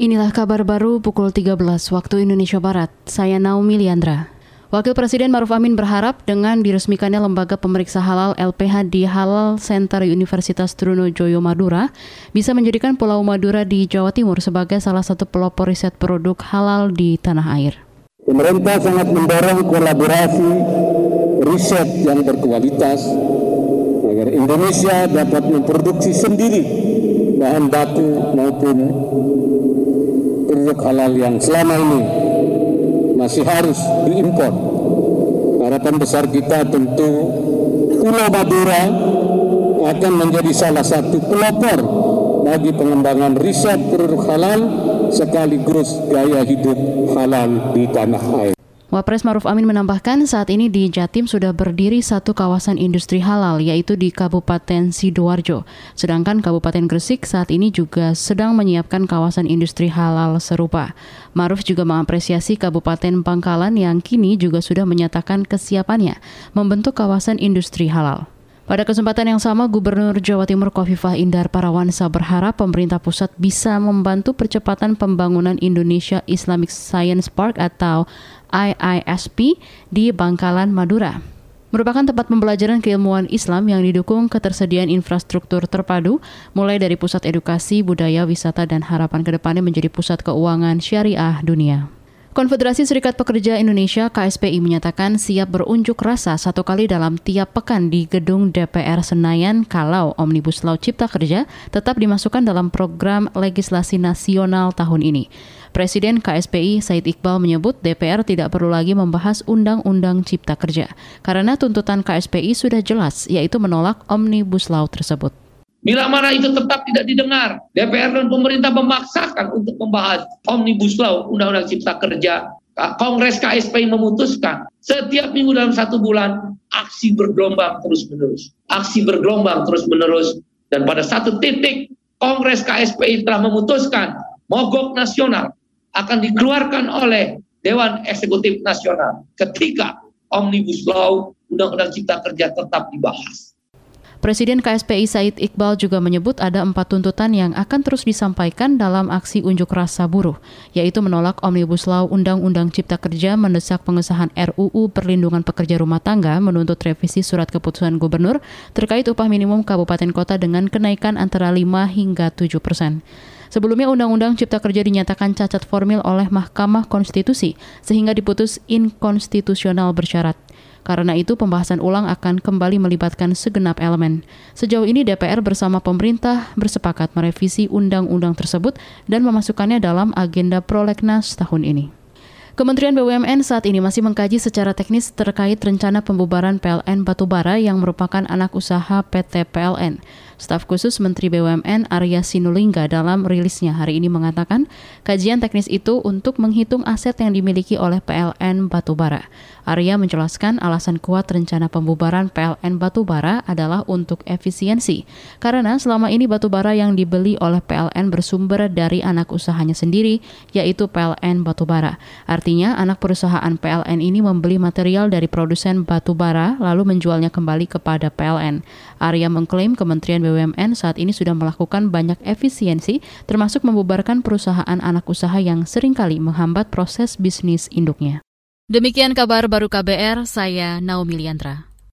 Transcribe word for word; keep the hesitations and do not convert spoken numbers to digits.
Inilah kabar baru pukul tiga belas waktu Indonesia Barat. Saya Naomi Liandra. Wakil Presiden Maruf Amin berharap dengan diresmikannya lembaga pemeriksa halal L P H di Halal Center Universitas Trunojoyo Madura bisa menjadikan Pulau Madura di Jawa Timur sebagai salah satu pelopor riset produk halal di tanah air. Pemerintah sangat mendorong kolaborasi riset yang berkualitas agar Indonesia dapat memproduksi sendiri bahan baku maupun produk halal yang selama ini masih harus diimpor. Harapan besar kita tentu Pulau Madura akan menjadi salah satu pelopor bagi pengembangan riset produk halal sekaligus gaya hidup halal di tanah air. Wapres Maruf Amin menambahkan saat ini di Jatim sudah berdiri satu kawasan industri halal yaitu di Kabupaten Sidoarjo. Sedangkan Kabupaten Gresik saat ini juga sedang menyiapkan kawasan industri halal serupa. Maruf juga mengapresiasi Kabupaten Bangkalan yang kini juga sudah menyatakan kesiapannya membentuk kawasan industri halal. Pada kesempatan yang sama, Gubernur Jawa Timur Khofifah Indar Parawansa berharap pemerintah pusat bisa membantu percepatan pembangunan Indonesia Islamic Science Park atau I I S P di Bangkalan, Madura. Merupakan tempat pembelajaran keilmuan Islam yang didukung ketersediaan infrastruktur terpadu, mulai dari pusat edukasi, budaya, wisata, dan harapan ke depannya menjadi pusat keuangan syariah dunia. Konfederasi Serikat Pekerja Indonesia K S P I menyatakan siap berunjuk rasa satu kali dalam tiap pekan di gedung D P R Senayan kalau Omnibus Law Cipta Kerja tetap dimasukkan dalam program legislasi nasional tahun ini. Presiden K S P I Said Iqbal menyebut D P R tidak perlu lagi membahas Undang-Undang Cipta Kerja karena tuntutan K S P I sudah jelas, yaitu menolak Omnibus Law tersebut. Bila mana itu tetap tidak didengar, D P R dan pemerintah memaksakan untuk membahas Omnibus Law, Undang-Undang Cipta Kerja, Kongres K S P I memutuskan setiap minggu dalam satu bulan aksi bergelombang terus-menerus. Aksi bergelombang terus-menerus dan pada satu titik Kongres K S P I telah memutuskan mogok nasional akan dikeluarkan oleh Dewan Eksekutif Nasional ketika Omnibus Law, Undang-Undang Cipta Kerja tetap dibahas. Presiden K S P I Said Iqbal juga menyebut ada empat tuntutan yang akan terus disampaikan dalam aksi unjuk rasa buruh, yaitu menolak Omnibus Law Undang-Undang Cipta Kerja, mendesak pengesahan R U U Perlindungan Pekerja Rumah Tangga, menuntut revisi surat keputusan gubernur terkait upah minimum kabupaten kota dengan kenaikan antara lima hingga tujuh persen. Sebelumnya Undang-Undang Cipta Kerja dinyatakan cacat formil oleh Mahkamah Konstitusi sehingga diputus inkonstitusional bersyarat. Karena itu pembahasan ulang akan kembali melibatkan segenap elemen. Sejauh ini D P R bersama pemerintah bersepakat merevisi undang-undang tersebut dan memasukkannya dalam agenda prolegnas tahun ini. Kementerian B U M N saat ini masih mengkaji secara teknis terkait rencana pembubaran P L N Batubara yang merupakan anak usaha P T P L N. Staf khusus Menteri B U M N Arya Sinulinga dalam rilisnya hari ini mengatakan kajian teknis itu untuk menghitung aset yang dimiliki oleh P L N Batubara. Arya menjelaskan alasan kuat rencana pembubaran P L N Batubara adalah untuk efisiensi, karena selama ini batubara yang dibeli oleh P L N bersumber dari anak usahanya sendiri, yaitu P L N Batubara. Artinya, anak perusahaan P L N ini membeli material dari produsen batubara lalu menjualnya kembali kepada P L N. Arya mengklaim Kementerian B U M N saat ini sudah melakukan banyak efisiensi, termasuk membubarkan perusahaan anak usaha yang seringkali menghambat proses bisnis induknya. Demikian kabar baru K B R, saya Naomi Liandra.